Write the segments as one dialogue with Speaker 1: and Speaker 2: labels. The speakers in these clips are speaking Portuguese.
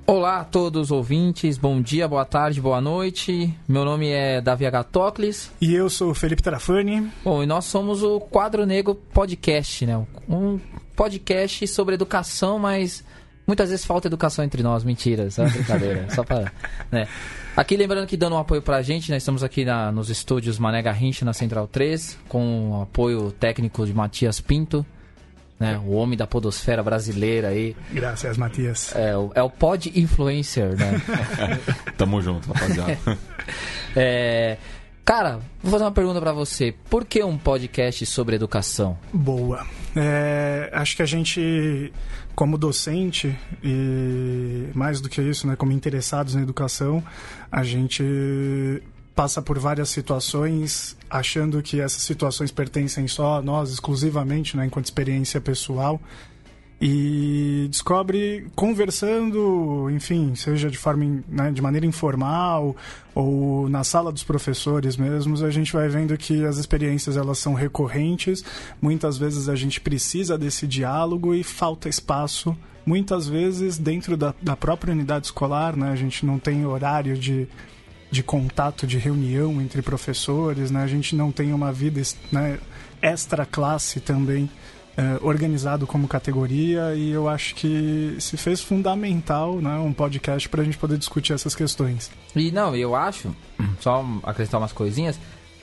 Speaker 1: Olá a todos os ouvintes, bom dia, boa tarde, boa noite. Meu nome é Davi Agatóclis.
Speaker 2: E eu sou o Felipe Trafani.
Speaker 1: Bom, e nós somos o Quadro Negro Podcast, né? Um podcast sobre educação, mas muitas vezes falta educação entre nós. Mentira, isso é uma brincadeira. Só pra, né? Aqui lembrando que dando um apoio pra gente, nós estamos aqui nos estúdios Mané Garrincha, na Central 3, com o apoio técnico de Matias Pinto. Né, o homem da podosfera brasileira aí.
Speaker 2: Graças, Matias.
Speaker 1: É o pod influencer, né?
Speaker 3: Tamo junto, rapaziada.
Speaker 1: Cara, vou fazer uma pergunta pra você. Por que um podcast sobre educação?
Speaker 2: Boa. Acho que a gente, como docente, e mais do que isso, né, como interessados na educação, a gente passa por várias situações, achando que essas situações pertencem só a nós, exclusivamente, né, enquanto experiência pessoal, e descobre conversando, enfim, seja de forma, né, de maneira informal ou na sala dos professores mesmos, a gente vai vendo que as experiências elas são recorrentes, muitas vezes a gente precisa desse diálogo e falta espaço, muitas vezes dentro da própria unidade escolar, né, a gente não tem horário de contato, de reunião entre professores, né? A gente não tem uma vida, né, extra classe também organizado como categoria, e eu acho que se fez fundamental, né, um podcast para a gente poder discutir essas questões.
Speaker 1: E não, eu acho, só acrescentar umas coisinhas,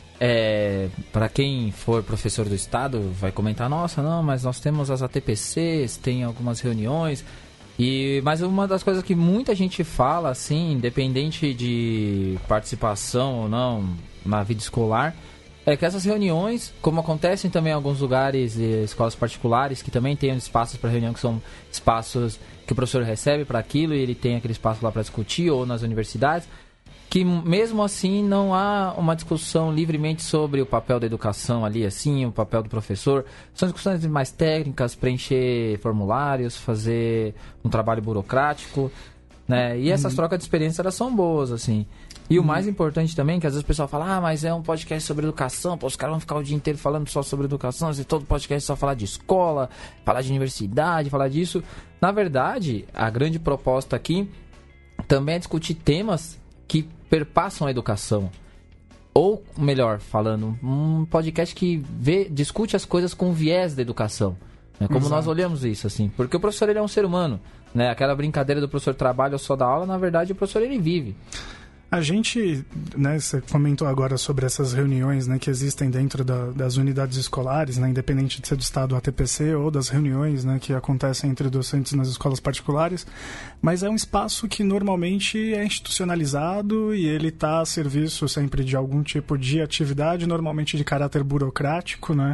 Speaker 1: para quem for professor do estado vai comentar, nossa, não, mas nós temos as ATPCs, tem algumas reuniões. Mas uma das coisas que muita gente fala, assim, independente de participação ou não na vida escolar, é que essas reuniões, como acontecem também em alguns lugares e escolas particulares, que também tem espaços para reunião, que são espaços que o professor recebe para aquilo e ele tem aquele espaço lá para discutir, ou nas universidades, que mesmo assim não há uma discussão livremente sobre o papel da educação ali, assim, o papel do professor. São discussões mais técnicas, preencher formulários, fazer um trabalho burocrático, né? E essas trocas de experiência, elas são boas, assim. E o mais importante também, que às vezes o pessoal fala, mas é um podcast sobre educação, pô, os caras vão ficar o dia inteiro falando só sobre educação, se todo podcast só falar de escola, falar de universidade, falar disso. Na verdade, a grande proposta aqui também é discutir temas que perpassam a educação. Ou, melhor falando, um podcast que discute as coisas com viés da educação. Né? Como
Speaker 2: Exato.
Speaker 1: Nós olhamos isso, assim. Porque o professor, ele é um ser humano. Né? Aquela brincadeira do professor trabalha ou só dá aula, na verdade, o professor, ele vive.
Speaker 2: A gente, né, você comentou agora sobre essas reuniões, né, que existem dentro das unidades escolares, né, independente de ser do estado ATPC ou das reuniões, né, que acontecem entre docentes nas escolas particulares, mas é um espaço que normalmente é institucionalizado e ele está a serviço sempre de algum tipo de atividade, normalmente de caráter burocrático, né?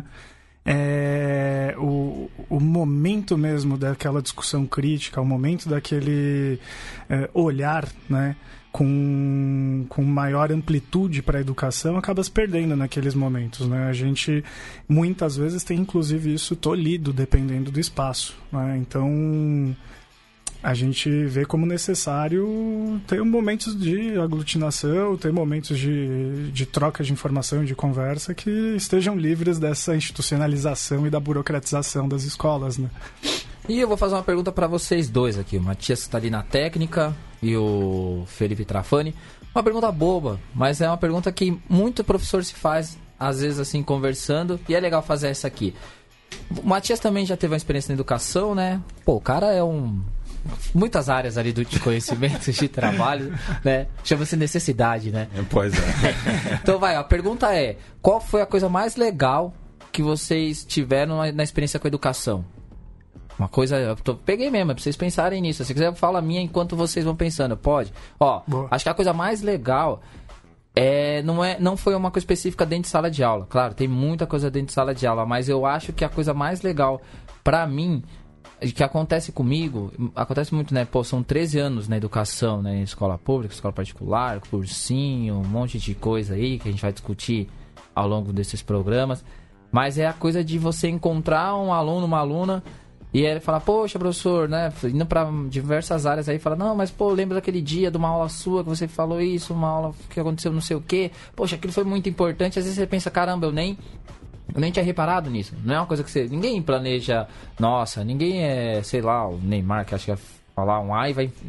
Speaker 2: O momento mesmo daquela discussão crítica, o momento daquele olhar, né, com maior amplitude para a educação, acaba se perdendo naqueles momentos, né? A gente, muitas vezes, tem inclusive isso tolhido, dependendo do espaço, né? Então, a gente vê como necessário ter momentos de aglutinação, ter momentos de troca de informação e de conversa que estejam livres dessa institucionalização e da burocratização das escolas, né?
Speaker 1: E eu vou fazer uma pergunta para vocês dois aqui. O Matias está ali na técnica e o Felipe Trafani. Uma pergunta boba, mas é uma pergunta que muito professor se faz, às vezes assim, conversando. E é legal fazer essa aqui. O Matias também já teve uma experiência na educação, né? Pô, o cara é muitas áreas ali de conhecimento, de trabalho, né? Chama-se necessidade, né?
Speaker 3: Pois é.
Speaker 1: Então vai, a pergunta é: qual foi a coisa mais legal que vocês tiveram na experiência com a educação? Uma coisa, peguei mesmo, é pra vocês pensarem nisso. Se quiser, fala a minha enquanto vocês vão pensando, pode? Ó,
Speaker 2: boa.
Speaker 1: Acho que a coisa mais legal não foi uma coisa específica dentro de sala de aula. Claro, tem muita coisa dentro de sala de aula, mas eu acho que a coisa mais legal pra mim, que acontece comigo, acontece muito, né? Pô, são 13 anos na educação, né? Em escola pública, escola particular, cursinho, um monte de coisa aí que a gente vai discutir ao longo desses programas. Mas é a coisa de você encontrar um aluno, uma aluna, e ele fala, poxa, professor, né? Indo pra diversas áreas aí, fala, não, mas pô, lembra daquele dia de uma aula sua que você falou isso, uma aula que aconteceu não sei o quê. Poxa, aquilo foi muito importante. Às vezes você pensa, caramba, eu nem tinha reparado nisso. Não é uma coisa que ninguém planeja, nossa, ninguém é, sei lá, o Neymar, que acha que vai falar um A e vai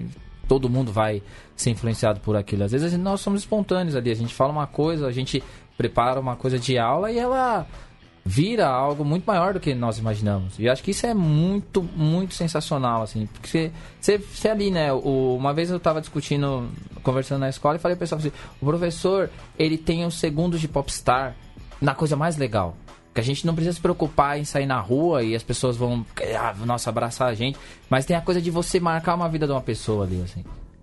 Speaker 1: todo mundo vai ser influenciado por aquilo. Às vezes nós somos espontâneos ali, a gente fala uma coisa, a gente prepara uma coisa de aula e ela vira algo muito maior do que nós imaginamos. E acho que isso é muito, muito sensacional, assim. Porque você ali, né? Uma vez eu estava discutindo, conversando na escola e falei pro pessoal assim, o professor, ele tem os segundos de popstar na coisa mais legal. Que a gente não precisa se preocupar em sair na rua e as pessoas vão, nossa, abraçar a gente. Mas tem a coisa de você marcar uma vida de uma pessoa ali, assim.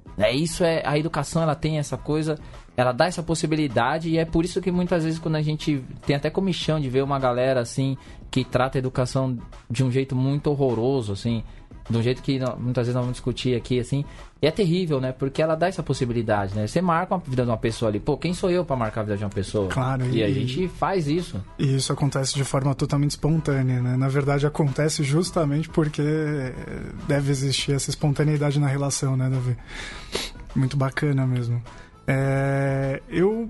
Speaker 1: A educação, ela tem essa coisa, ela dá essa possibilidade, e é por isso que muitas vezes quando a gente tem até comichão de ver uma galera assim que trata a educação de um jeito muito horroroso, assim, de um jeito que muitas vezes nós vamos discutir aqui, assim, e é terrível, né? Porque ela dá essa possibilidade, né? Você marca a vida de uma pessoa ali, pô, quem sou eu pra marcar a vida de uma pessoa?
Speaker 2: Claro.
Speaker 1: E a gente faz isso.
Speaker 2: E isso acontece de forma totalmente espontânea, né? Na verdade, acontece justamente porque deve existir essa espontaneidade na relação, né, Davi? Muito bacana mesmo. Eu...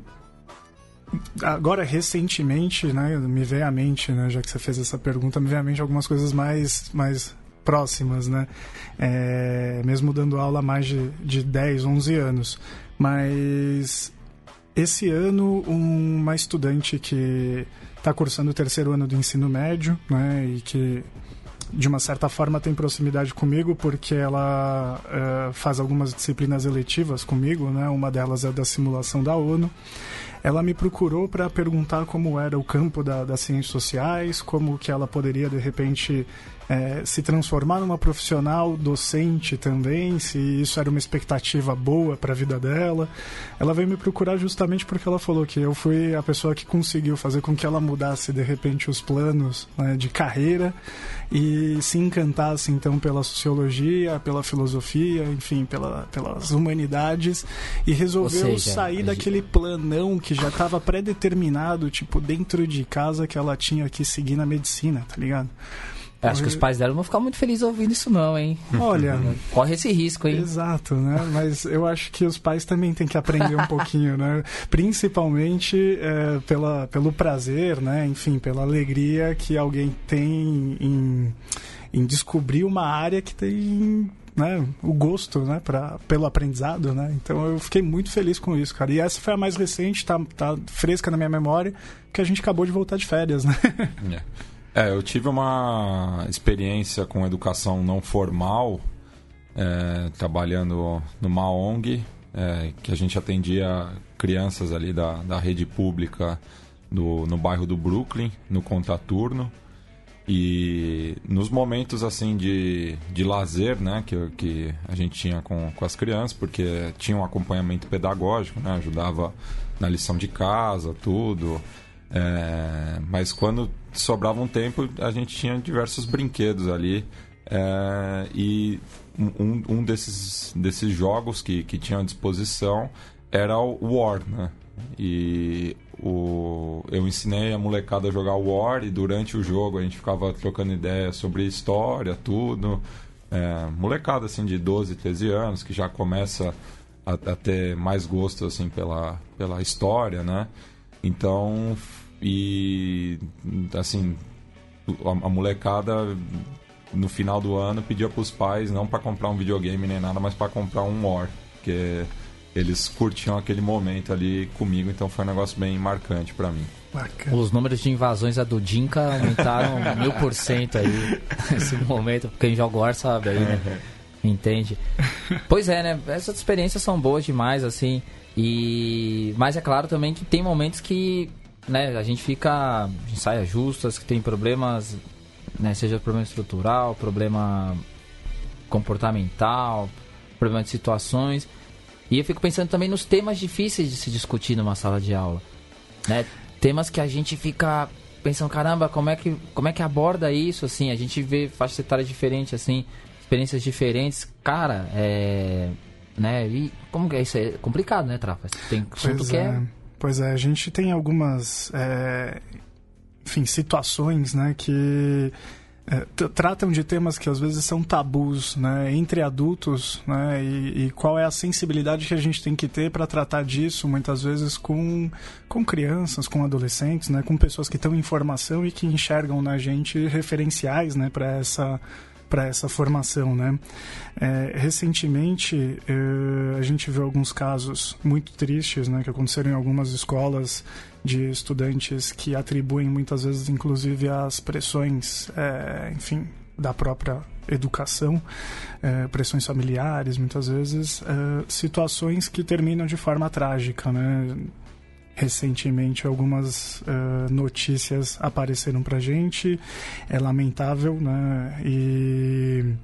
Speaker 2: Agora, recentemente, né, me veio à mente, né, já que você fez essa pergunta, me veio à mente algumas coisas mais próximas, né? Mesmo dando aula há mais de 10, 11 anos. Mas esse ano, uma estudante que está cursando o 3º ano do ensino médio, né, e que de uma certa forma tem proximidade comigo porque ela faz algumas disciplinas eletivas comigo, né? Uma delas é da simulação da ONU. Ela me procurou para perguntar como era o campo das ciências sociais, como que ela poderia, de repente, se transformar numa profissional docente também, se isso era uma expectativa boa para a vida dela. Ela veio me procurar justamente porque ela falou que eu fui a pessoa que conseguiu fazer com que ela mudasse, de repente, os planos, né, de carreira e se encantasse, então, pela sociologia, pela filosofia, enfim, pelas humanidades, e resolveu sair daquele planão que já estava pré-determinado, tipo, dentro de casa, que ela tinha que seguir na medicina, tá ligado?
Speaker 1: Acho que os pais dela não vão ficar muito felizes ouvindo isso não, hein?
Speaker 2: Olha...
Speaker 1: Corre esse risco, hein?
Speaker 2: Exato, né? Mas eu acho que os pais também têm que aprender um pouquinho, né? Principalmente pelo prazer, né? Enfim, pela alegria que alguém tem em descobrir uma área que tem... né, o gosto, né, pelo aprendizado, né? Então eu fiquei muito feliz com isso, cara. E essa foi a mais recente, tá fresca na minha memória, que a gente acabou de voltar de férias, né?
Speaker 3: Eu tive uma experiência com educação não formal, trabalhando numa ONG, que a gente atendia crianças ali da rede pública no bairro do Brooklyn, no contraturno. E nos momentos assim de lazer, né, que a gente tinha com as crianças, porque tinha um acompanhamento pedagógico, né, ajudava na lição de casa, tudo. Mas quando sobrava um tempo, a gente tinha diversos brinquedos ali. E um desses jogos que tinha à disposição era o War, né? E eu ensinei a molecada a jogar War, e durante o jogo a gente ficava trocando ideia sobre história, tudo. Molecada assim de 12, 13 anos, que já começa a ter mais gosto assim pela história, né? Então, e assim, a molecada no final do ano pedia para os pais não para comprar um videogame nem nada, mas para comprar um War, porque eles curtiam aquele momento ali comigo, então foi um negócio bem marcante para mim.
Speaker 1: Bacana. Os números de invasões da Dudinka aumentaram 1000% aí nesse momento. Quem joga War sabe aí, né? Entende? Pois é, né? Essas experiências são boas demais, assim. Mas é claro também que tem momentos que, né, a gente fica em saias justas, que tem problemas, né, seja problema estrutural, problema comportamental, problema de situações. E eu fico pensando também nos temas difíceis de se discutir numa sala de aula, né? Temas que a gente fica pensando, caramba, como é que aborda isso, assim? A gente vê faixa etária diferente, assim, experiências diferentes. Cara, né? E como que é isso? É complicado, né, Trafas? Tem assunto que é...
Speaker 2: Pois é, a gente tem algumas, enfim, situações, né, que tratam de temas que às vezes são tabus, né, entre adultos, né, e qual é a sensibilidade que a gente tem que ter para tratar disso, muitas vezes com crianças, com adolescentes, né, com pessoas que estão em formação e que enxergam na gente referenciais, né, para para essa formação, né? Recentemente, a gente viu alguns casos muito tristes, né, que aconteceram em algumas escolas de estudantes que atribuem muitas vezes, inclusive, as pressões, enfim, da própria educação, pressões familiares, muitas vezes, situações que terminam de forma trágica, né? Recentemente algumas notícias apareceram pra gente, é lamentável, né? E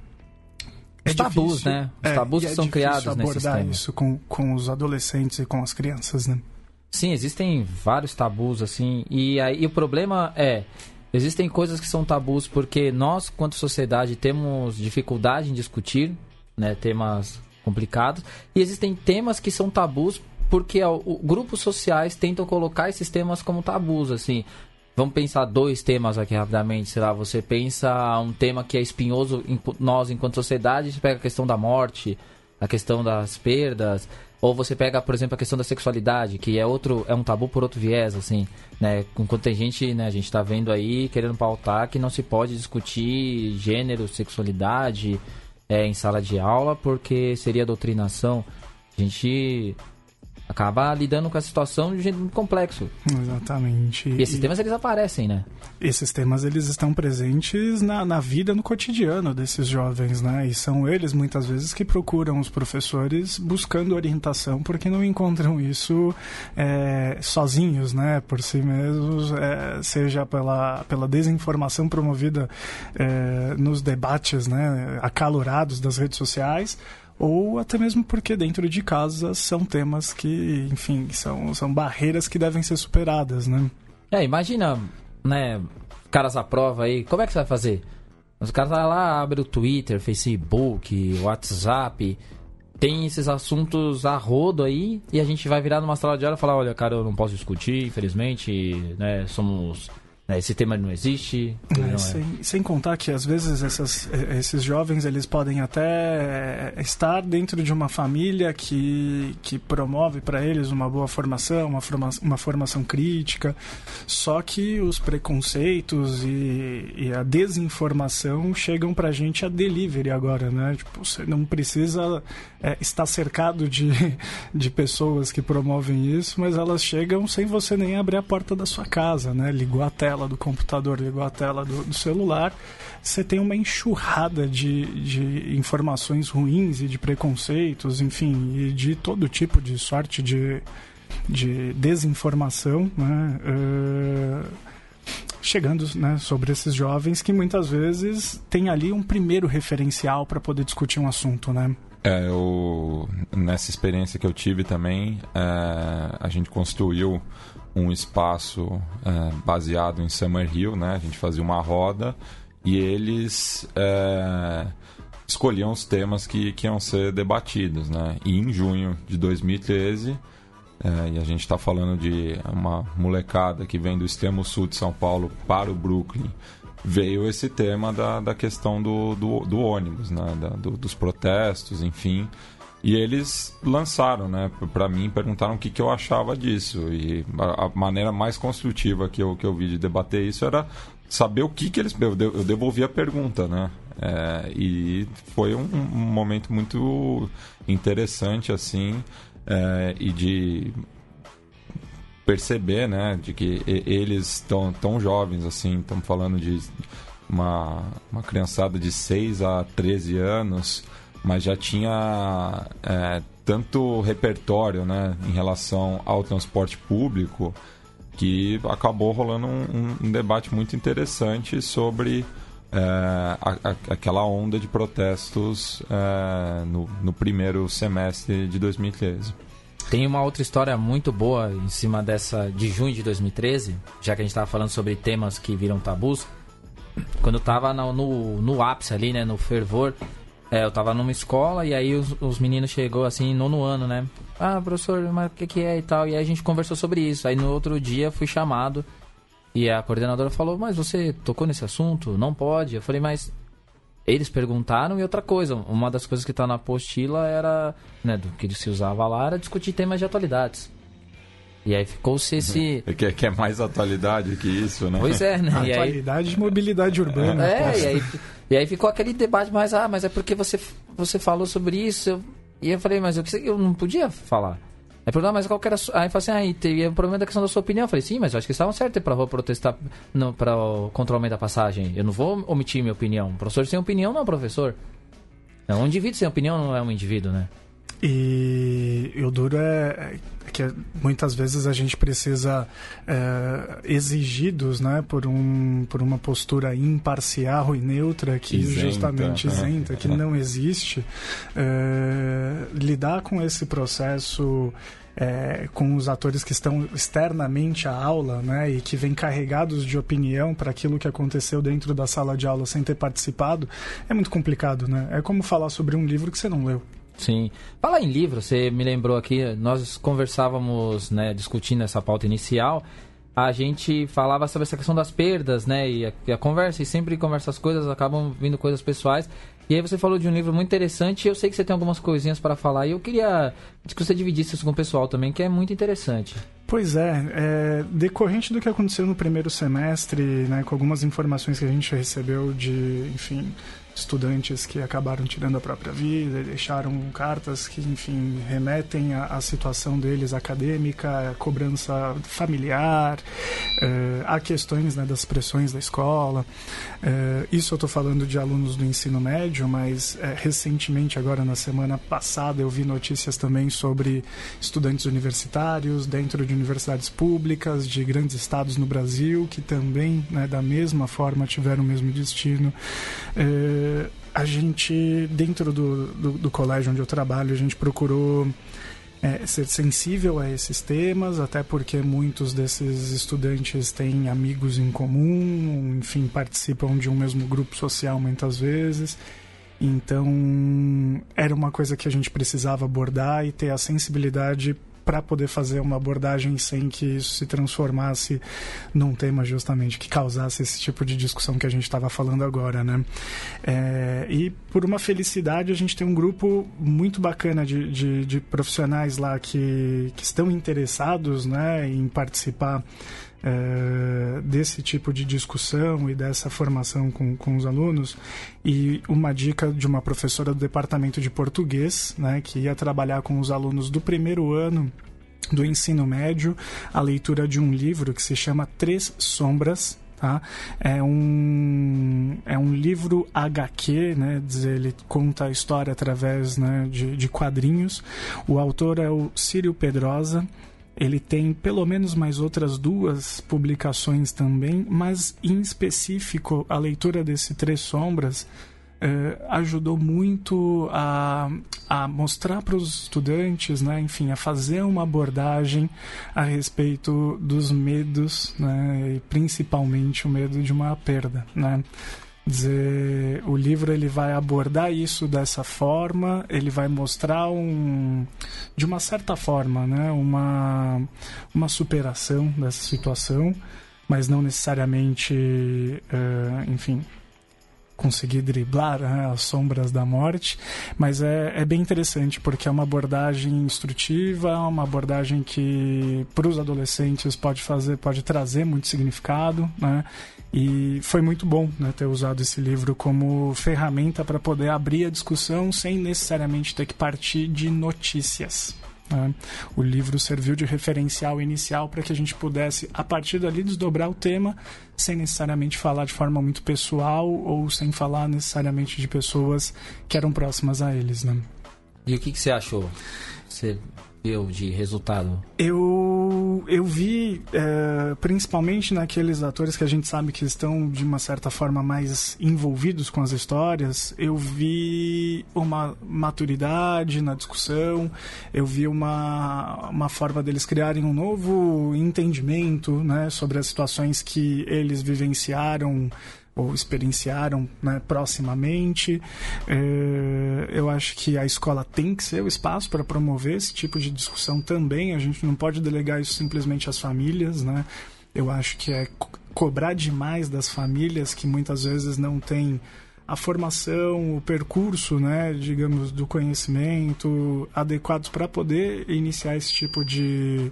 Speaker 1: os tabus, né? Os tabus que são criados nesse sistema.
Speaker 2: Abordar isso com os adolescentes e com as crianças, né?
Speaker 1: Sim, existem vários tabus, assim, e aí o problema existem coisas que são tabus porque nós, quanto sociedade, temos dificuldade em discutir, né, temas complicados, e existem temas que são tabus porque grupos sociais tentam colocar esses temas como tabus, assim. Vamos pensar 2 temas aqui rapidamente, sei lá, você pensa um tema que é espinhoso nós enquanto sociedade, você pega a questão da morte, a questão das perdas, ou você pega, por exemplo, a questão da sexualidade, que é um tabu por outro viés, assim, né? Enquanto tem gente, né, a gente tá vendo aí, querendo pautar que não se pode discutir gênero, sexualidade em sala de aula, porque seria doutrinação. A gente acaba lidando com a situação de um jeito muito complexo.
Speaker 2: Exatamente.
Speaker 1: E esses temas, eles aparecem, né?
Speaker 2: Esses temas, eles estão presentes na vida, no cotidiano desses jovens, né? E são eles, muitas vezes, que procuram os professores buscando orientação, porque não encontram isso sozinhos, né? Por si mesmos, seja pela desinformação promovida nos debates, né, acalorados das redes sociais, ou até mesmo porque dentro de casa são temas que, enfim, são barreiras que devem ser superadas, né?
Speaker 1: Imagina, né, caras à prova aí, como é que você vai fazer? Os caras lá abrem o Twitter, Facebook, WhatsApp, tem esses assuntos a rodo aí, e a gente vai virar numa sala de aula e falar, olha, cara, eu não posso discutir, infelizmente, né, esse tema não existe.
Speaker 2: Sem contar que às vezes esses jovens, eles podem até estar dentro de uma família que promove para eles uma boa formação, uma formação crítica, só que os preconceitos e a desinformação chegam pra gente a delivery agora, né? Tipo, você não precisa estar cercado de pessoas que promovem isso, mas elas chegam sem você nem abrir a porta da sua casa, né? Ligou a tela do computador, ligou a tela do celular, você tem uma enxurrada de informações ruins e de preconceitos, enfim, e de todo tipo de sorte de desinformação, né? Chegando, né, sobre esses jovens que muitas vezes têm ali um primeiro referencial para poder discutir um assunto, né?
Speaker 3: Nessa experiência que eu tive também, a gente construiu um espaço baseado em Summerhill, né? A gente fazia uma roda e eles escolhiam os temas que iam ser debatidos, né? E em junho de 2013, e a gente está falando de uma molecada que vem do extremo sul de São Paulo para o Brooklyn, veio esse tema da questão do ônibus, né? Dos protestos, enfim. E eles lançaram, né, para mim, perguntaram o que eu achava disso. E a maneira mais construtiva que eu vi de debater isso era saber o que eles... Eu devolvi a pergunta, né? E foi um momento muito interessante, assim, e de perceber, né, de que eles tão jovens, assim, estamos falando de uma criançada de 6 a 13 anos, mas já tinha tanto repertório, né, em relação ao transporte público, que acabou rolando um debate muito interessante sobre aquela onda de protestos no primeiro semestre de 2013.
Speaker 1: Tem uma outra história muito boa em cima dessa de junho de 2013, já que a gente estava falando sobre temas que viram tabus. Quando eu estava no ápice ali, né, no fervor, eu estava numa escola e aí os meninos chegou assim, 9º ano, né? Ah, professor, mas o que é e tal? E aí a gente conversou sobre isso. Aí no outro dia fui chamado e a coordenadora falou, mas você tocou nesse assunto? Não pode. Eu falei, mas eles perguntaram. E outra coisa, uma das coisas que está na apostila era, né, do que se usava lá, era discutir temas de atualidades. E aí ficou-se esse...
Speaker 3: Que é mais atualidade que isso, né?
Speaker 1: Pois é, né?
Speaker 2: Atualidade e mobilidade urbana.
Speaker 1: E aí E aí ficou aquele debate mais, mas é porque você falou sobre isso. E eu falei, mas eu não podia falar. Aí perguntou, mas qual que era Aí falou assim, e o problema da questão da sua opinião. Eu falei, sim, mas eu acho que estavam certos para protestar contra o aumento da passagem. Eu não vou omitir minha opinião. O professor sem opinião não é um professor. Não, um indivíduo sem opinião não é um indivíduo, né?
Speaker 2: E o duro é que muitas vezes a gente precisa exigidos, né, por uma postura imparcial e neutra que justamente isenta, que não existe. Lidar com esse processo com os atores que estão externamente à aula, né, e que vêm carregados de opinião para aquilo que aconteceu dentro da sala de aula sem ter participado, é muito complicado, né? É como falar sobre um livro que você não leu.
Speaker 1: Sim. Falar em livro, você me lembrou aqui, nós conversávamos, né, discutindo essa pauta inicial, a gente falava sobre essa questão das perdas, né, e a conversa, e sempre conversa as coisas, acabam vindo coisas pessoais, e aí você falou de um livro muito interessante, e eu sei que você tem algumas coisinhas para falar, e eu queria que você dividisse isso com o pessoal também, que é muito interessante.
Speaker 2: Pois é, decorrente do que aconteceu no primeiro semestre, né, com algumas informações que a gente recebeu de, enfim, estudantes que acabaram tirando a própria vida, deixaram cartas que, enfim, remetem à situação deles acadêmica, à cobrança familiar, a questões, né, das pressões da escola. Isso eu estou falando de alunos do ensino médio, mas recentemente, agora na semana passada, eu vi notícias também sobre estudantes universitários dentro de universidades públicas de grandes estados no Brasil, que também, né, da mesma forma, tiveram o mesmo destino. A gente, dentro do colégio onde eu trabalho, a gente procurou ser sensível a esses temas, até porque muitos desses estudantes têm amigos em comum, enfim, participam de um mesmo grupo social muitas vezes. Então, era uma coisa que a gente precisava abordar e ter a sensibilidade para poder fazer uma abordagem sem que isso se transformasse num tema justamente que causasse esse tipo de discussão que a gente estava falando agora, né? E por uma felicidade a gente tem um grupo muito bacana de profissionais lá que estão interessados, né, em participar desse tipo de discussão e dessa formação com os alunos. E uma dica de uma professora do departamento de português, né, que ia trabalhar com os alunos do primeiro ano do ensino médio, a leitura de um livro que se chama Três Sombras. Tá? É um livro HQ, né? Ele conta a história através, né, de quadrinhos. O autor é o Círio Pedrosa. Ele tem pelo menos mais outras 2 publicações também, mas em específico a leitura desse Três Sombras ajudou muito a mostrar para os estudantes, né, enfim, a fazer uma abordagem a respeito dos medos, né, e principalmente o medo de uma perda, né? Dizer, o livro ele vai abordar isso dessa forma, ele vai mostrar de uma certa forma, né, uma superação dessa situação, mas não necessariamente, enfim, conseguir driblar, né, as sombras da morte, mas é bem interessante porque é uma abordagem instrutiva, uma abordagem que para os adolescentes pode trazer muito significado, né? E foi muito bom, né, ter usado esse livro como ferramenta para poder abrir a discussão sem necessariamente ter que partir de notícias. O livro serviu de referencial inicial para que a gente pudesse, a partir dali, desdobrar o tema sem necessariamente falar de forma muito pessoal ou sem falar necessariamente de pessoas que eram próximas a eles, né?
Speaker 1: E o que você achou? Você viu de resultado?
Speaker 2: Eu vi, principalmente naqueles atores que a gente sabe que estão, de uma certa forma, mais envolvidos com as histórias, eu vi uma maturidade na discussão, eu vi uma forma deles criarem um novo entendimento, né, sobre as situações que eles vivenciaram ou experienciaram, né, proximamente. Eu acho que a escola tem que ser o espaço para promover esse tipo de discussão também. A gente não pode delegar isso simplesmente às famílias, né? Eu acho que é cobrar demais das famílias que muitas vezes não têm a formação, o percurso, né, digamos, do conhecimento adequados para poder iniciar esse tipo de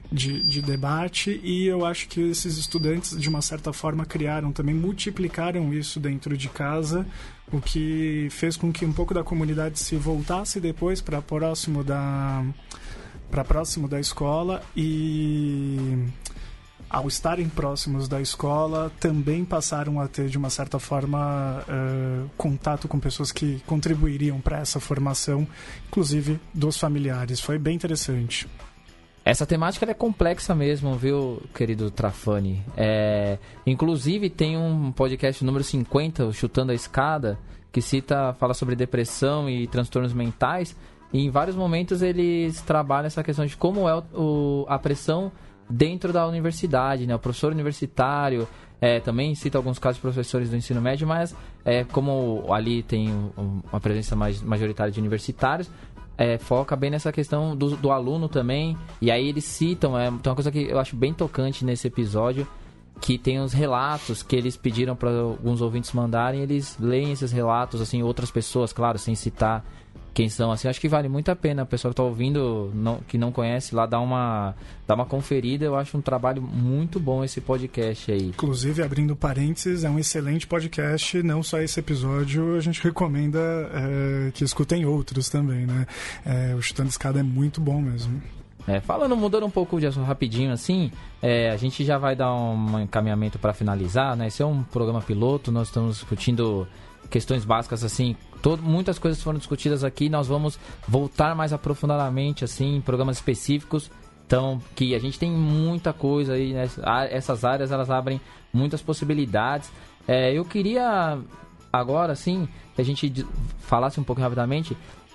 Speaker 2: de debate, e eu acho que esses estudantes, de uma certa forma, multiplicaram isso dentro de casa, o que fez com que um pouco da comunidade se voltasse depois para próximo da escola, e ao estarem próximos da escola também passaram a ter, de uma certa forma, contato com pessoas que contribuiriam para essa formação, inclusive dos familiares. Foi bem interessante.
Speaker 1: Essa temática é complexa mesmo, viu, querido Trafani? Inclusive, tem um podcast número 50, o Chutando a Escada, que fala sobre depressão e transtornos mentais, e em vários momentos eles trabalham essa questão de como é a pressão dentro da universidade, né? O professor universitário também cita alguns casos de professores do ensino médio, mas como ali tem uma presença majoritária de universitários, foca bem nessa questão do aluno também. E aí eles citam, tem uma coisa que eu acho bem tocante nesse episódio, que tem os relatos que eles pediram para alguns ouvintes mandarem, eles leem esses relatos, assim, outras pessoas, claro, sem citar quem são, assim. Acho que vale muito a pena, o pessoal que está ouvindo, que não conhece, lá dá uma conferida. Eu acho um trabalho muito bom esse podcast aí.
Speaker 2: Inclusive, abrindo parênteses, é um excelente podcast, não só esse episódio, a gente recomenda que escutem outros também, né? O Chutando Escada é muito bom mesmo.
Speaker 1: Mudando um pouco de assunto rapidinho, assim, a gente já vai dar um encaminhamento para finalizar, né? Esse é um programa piloto, nós estamos discutindo questões básicas, assim, muitas coisas foram discutidas aqui, nós vamos voltar mais aprofundadamente, assim, em programas específicos, então, que a gente tem muita coisa aí, né? Essas áreas, elas abrem muitas possibilidades. Eu queria, agora, assim, que a gente falasse um pouco rapidamente,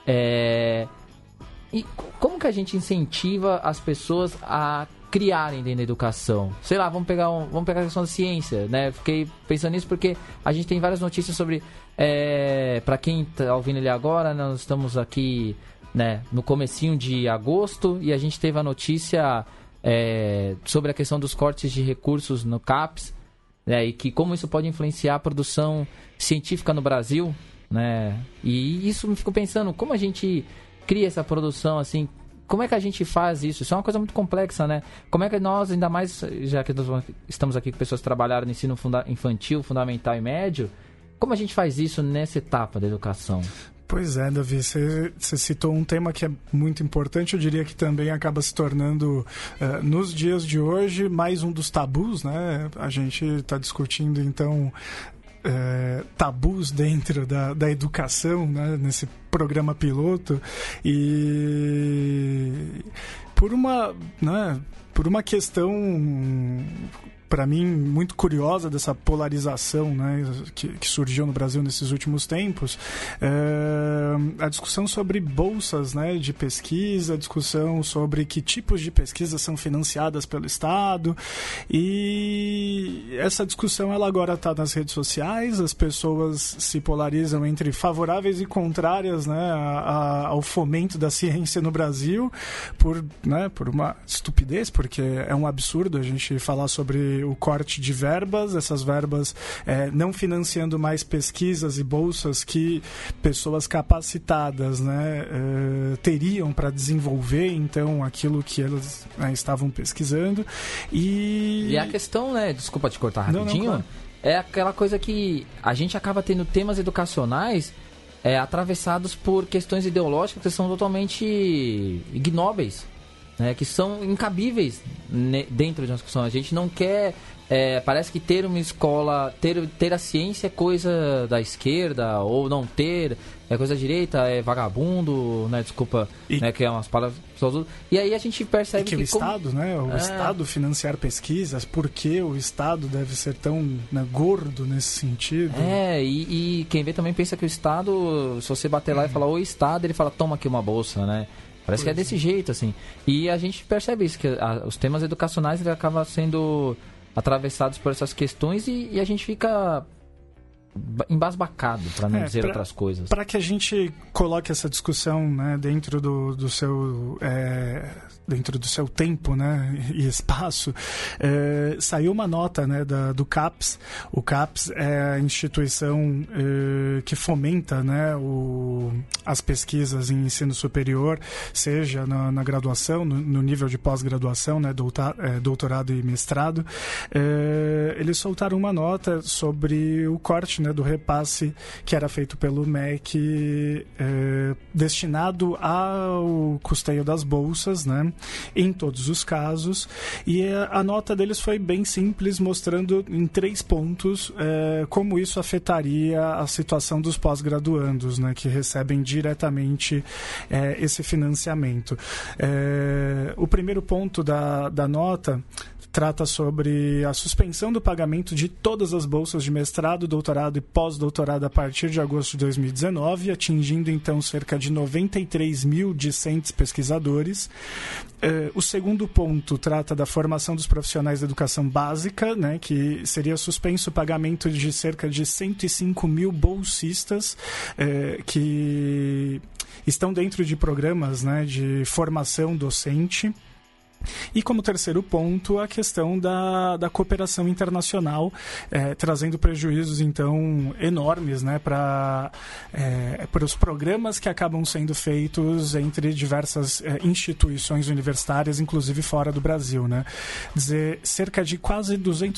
Speaker 1: e como que a gente incentiva as pessoas a criarem dentro da educação? Sei lá, vamos pegar a questão da ciência, né? Fiquei pensando nisso porque a gente tem várias notícias sobre... para quem está ouvindo ele agora, nós estamos aqui, né, no comecinho de agosto, e a gente teve a notícia sobre a questão dos cortes de recursos no CAPES, né, e que como isso pode influenciar a produção científica no Brasil, né? E isso me ficou pensando, como a gente cria essa produção, assim, como é que a gente faz isso? Isso é uma coisa muito complexa, né? Como é que nós, ainda mais, já que nós estamos aqui com pessoas que trabalharam no ensino infantil, fundamental e médio, como a gente faz isso nessa etapa da educação?
Speaker 2: Pois é, Davi, você citou um tema que é muito importante, eu diria que também acaba se tornando, nos dias de hoje, mais um dos tabus, né? A gente está discutindo, então... tabus dentro da educação, né, nesse programa piloto, e por uma questão, para mim, muito curiosa dessa polarização, né, que surgiu no Brasil nesses últimos tempos, a discussão sobre bolsas, né, de pesquisa, a discussão sobre que tipos de pesquisas são financiadas pelo Estado, e essa discussão ela agora está nas redes sociais, as pessoas se polarizam entre favoráveis e contrárias, né, ao fomento da ciência no Brasil, por uma estupidez, porque é um absurdo a gente falar sobre o corte de verbas, essas verbas não financiando mais pesquisas e bolsas que pessoas capacitadas, né, teriam para desenvolver, então, aquilo que elas estavam pesquisando. E
Speaker 1: a questão, né, desculpa te cortar rapidinho,
Speaker 2: claro.
Speaker 1: É aquela coisa que a gente acaba tendo temas educacionais atravessados por questões ideológicas que são totalmente ignóbeis, né, que são incabíveis dentro de uma discussão. A gente não quer... parece que ter uma escola, ter a ciência é coisa da esquerda, ou não ter é coisa da direita, é vagabundo, né? Desculpa, né, que é umas palavras... E aí a gente percebe
Speaker 2: que o Estado, né? O Estado financiar pesquisas, por que o Estado deve ser tão, né, gordo nesse sentido?
Speaker 1: E quem vê também pensa que o Estado, se você bater lá e falar, o Estado, ele fala, toma aqui uma bolsa, né? Parece que é desse jeito, assim. E a gente percebe isso, que os temas educacionais ele acabam sendo atravessados por essas questões e a gente fica embasbacado, para não dizer outras coisas.
Speaker 2: Para que a gente coloque essa discussão, né, dentro do seu tempo, né, e espaço, saiu uma nota, né, do CAPES. O CAPES é a instituição que fomenta, né, as pesquisas em ensino superior, seja na graduação, no nível de pós-graduação, né, doutorado e mestrado. Eles soltaram uma nota sobre o corte, né, do repasse que era feito pelo MEC, destinado ao custeio das bolsas, né, em todos os casos, e a nota deles foi bem simples, mostrando em 3 pontos como isso afetaria a situação dos pós-graduandos, né, que recebem diretamente esse financiamento. O primeiro ponto da nota trata sobre a suspensão do pagamento de todas as bolsas de mestrado, doutorado e pós-doutorado a partir de agosto de 2019, atingindo então cerca de 93 mil discentes pesquisadores. O segundo ponto trata da formação dos profissionais da educação básica, né, que seria suspenso o pagamento de cerca de 105 mil bolsistas que estão dentro de programas, né, de formação docente. E como terceiro ponto, a questão da cooperação internacional, trazendo prejuízos, então, enormes, né, para os programas que acabam sendo feitos entre diversas instituições universitárias, inclusive fora do Brasil, né? Dizer, cerca de quase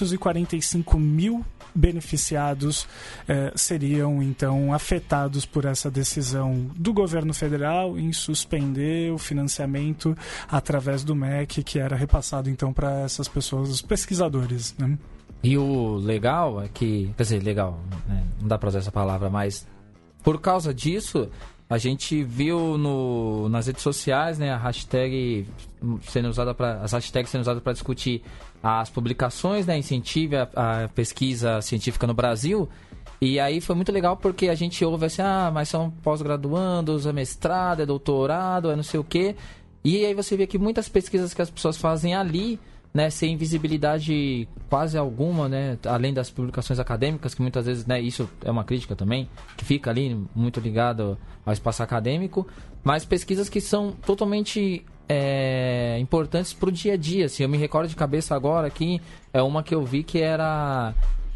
Speaker 2: 245 mil beneficiados seriam, então, afetados por essa decisão do governo federal em suspender o financiamento através do MEC, que era repassado, então, para essas pessoas, os pesquisadores, né?
Speaker 1: E o legal é que... Quer dizer, legal, né? Não dá para usar essa palavra, mas por causa disso, a gente viu nas redes sociais, né, a hashtag sendo usada as hashtags sendo usadas para discutir as publicações, né, incentive a pesquisa científica no Brasil. E aí foi muito legal porque a gente ouve assim, mas são pós-graduandos, é mestrado, é doutorado, é não sei o quê. E aí você vê que muitas pesquisas que as pessoas fazem ali, né, sem visibilidade quase alguma, né, além das publicações acadêmicas, que muitas vezes, né, isso é uma crítica também, que fica ali muito ligado ao espaço acadêmico, mas pesquisas que são totalmente importantes para o dia a dia. Assim, eu me recordo de cabeça agora aqui, uma que eu vi que era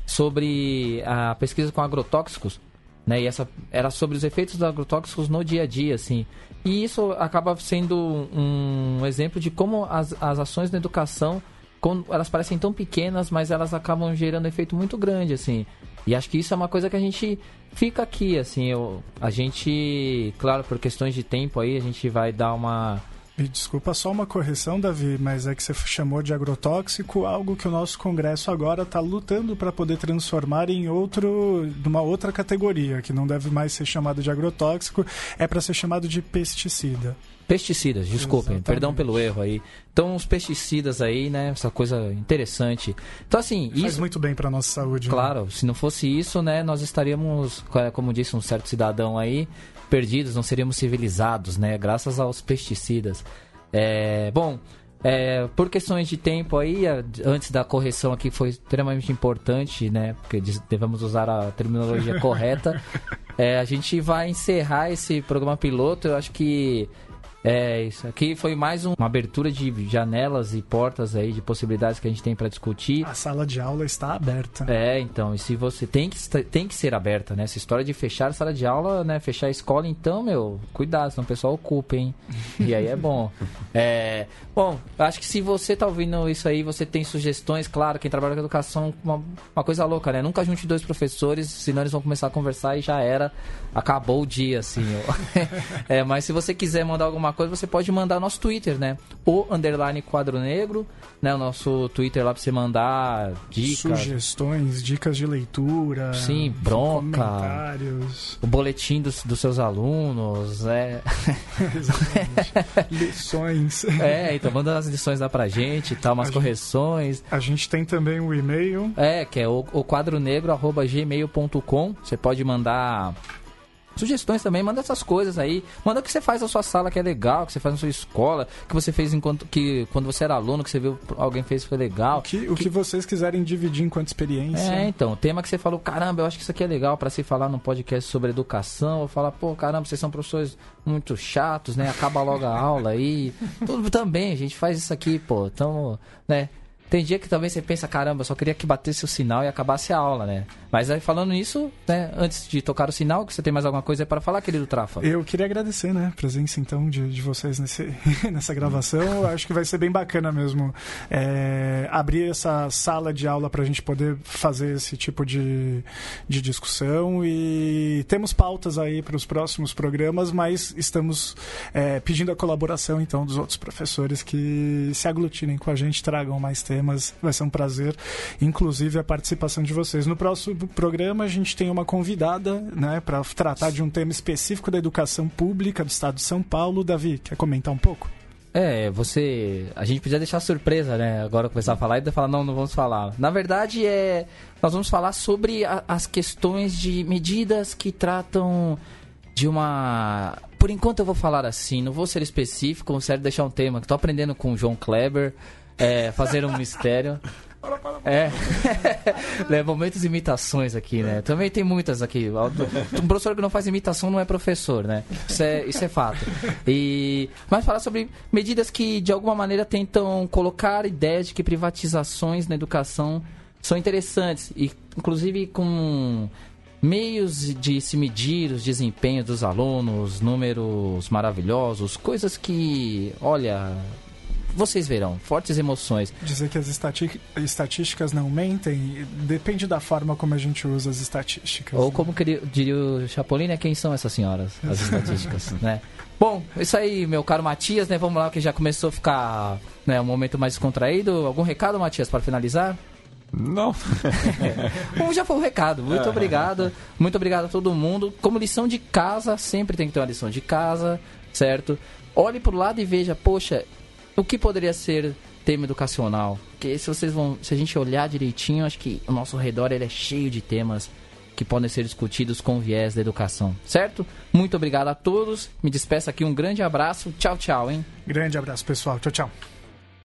Speaker 1: sobre a pesquisa com agrotóxicos, né, e essa era sobre os efeitos dos agrotóxicos no dia a dia, assim. E isso acaba sendo um exemplo de como as ações na educação, elas parecem tão pequenas, mas elas acabam gerando um efeito muito grande, assim. E acho que isso é uma coisa que a gente fica aqui, assim. A gente, claro, por questões de tempo aí, a gente vai dar uma...
Speaker 2: E desculpa, só uma correção, Davi, mas é que você chamou de agrotóxico algo que o nosso Congresso agora está lutando para poder transformar em uma outra categoria, que não deve mais ser chamado de agrotóxico, é para ser chamado de pesticida.
Speaker 1: Pesticidas, desculpem,
Speaker 2: Exatamente.
Speaker 1: Perdão pelo erro aí. Então, os pesticidas aí, né, essa coisa interessante. Então, assim...
Speaker 2: Faz muito bem para nossa saúde.
Speaker 1: Claro,
Speaker 2: né?
Speaker 1: Se não fosse isso, né, nós estaríamos, como disse um certo cidadão aí, perdidos, não seríamos civilizados, né, graças aos pesticidas. Por questões de tempo aí, antes da correção aqui foi extremamente importante, né, porque devemos usar a terminologia correta. A gente vai encerrar esse programa piloto. Eu acho que isso aqui foi mais uma abertura de janelas e portas aí, de possibilidades que a gente tem para discutir.
Speaker 2: A sala de aula está aberta.
Speaker 1: Então, e se você tem que ser aberta, né? Essa história de fechar a sala de aula, né? Fechar a escola, então, cuidado, senão o pessoal ocupa, hein? E aí é bom. Bom, acho que se você tá ouvindo isso aí, você tem sugestões, claro, quem trabalha com educação, uma coisa louca, né? Nunca junte 2 professores, senão eles vão começar a conversar e já era, acabou o dia, assim. Mas se você quiser mandar alguma coisa, você pode mandar no nosso Twitter, né? _Quadro Negro, né? O nosso Twitter lá pra você mandar dicas,
Speaker 2: sugestões, dicas de leitura,
Speaker 1: sim, bronca,
Speaker 2: comentários,
Speaker 1: o boletim dos seus alunos,
Speaker 2: Exatamente. Lições.
Speaker 1: Então manda as lições lá pra gente, tá, umas correções.
Speaker 2: A gente tem também o e-mail.
Speaker 1: Que é o quadronegro@gmail.com. Você pode mandar sugestões também, manda essas coisas aí. Manda o que você faz na sua sala que é legal, que você faz na sua escola, que você fez quando você era aluno, que você viu alguém fez foi legal.
Speaker 2: O que vocês quiserem dividir enquanto experiência.
Speaker 1: Então, o tema que você falou, caramba, eu acho que isso aqui é legal pra se falar num podcast sobre educação. Ou falar, pô, caramba, vocês são professores muito chatos, né? Acaba logo a aula aí. Tudo também, a gente faz isso aqui, pô. Então, né? Tem dia que também você pensa, caramba, eu só queria que batesse o sinal e acabasse a aula, né? Mas aí falando nisso, né, antes de tocar o sinal, que você tem mais alguma coisa aí para falar, querido Trafa?
Speaker 2: Eu queria agradecer, né, a presença então de vocês nessa gravação. Eu acho que vai ser bem bacana mesmo abrir essa sala de aula para a gente poder fazer esse tipo de discussão, e temos pautas aí para os próximos programas, mas estamos pedindo a colaboração então dos outros professores que se aglutinem com a gente, tragam mais temas. Vai ser um prazer, inclusive a participação de vocês. No próximo programa a gente tem uma convidada, né, para tratar de um tema específico da educação pública do estado de São Paulo. Davi, quer comentar um pouco?
Speaker 1: A gente podia deixar surpresa, né? Agora começar a falar e falar, não vamos falar. Na verdade, nós vamos falar sobre as questões de medidas que tratam de uma... Por enquanto eu vou falar assim, não vou ser específico, sério, deixar um tema que estou aprendendo com o João Kleber. Fazer um mistério. Momentos de imitações aqui, né? Também tem muitas aqui. Um professor que não faz imitação não é professor, né? Isso é fato. Mas falar sobre medidas que, de alguma maneira, tentam colocar ideias de que privatizações na educação são interessantes. E, inclusive, com meios de se medir os desempenhos dos alunos, números maravilhosos, coisas que, olha... Vocês verão, fortes emoções.
Speaker 2: Dizer que as estatísticas não mentem, depende da forma como a gente usa as estatísticas.
Speaker 1: Ou como diria o Chapolin, né? Quem são essas senhoras, as estatísticas, né? Bom, isso aí, meu caro Matias, né? Vamos lá, que já começou a ficar, né, um momento mais descontraído. Algum recado, Matias, para finalizar?
Speaker 3: Não.
Speaker 1: Bom, já foi um recado. Muito obrigado. Muito obrigado a todo mundo. Como lição de casa, sempre tem que ter uma lição de casa, certo? Olhe pro lado e veja, poxa... O que poderia ser tema educacional? Porque se a gente olhar direitinho, acho que o nosso redor ele é cheio de temas que podem ser discutidos com o viés da educação, certo? Muito obrigado a todos. Me despeço aqui, um grande abraço. Tchau, tchau, hein?
Speaker 2: Grande abraço, pessoal. Tchau, tchau.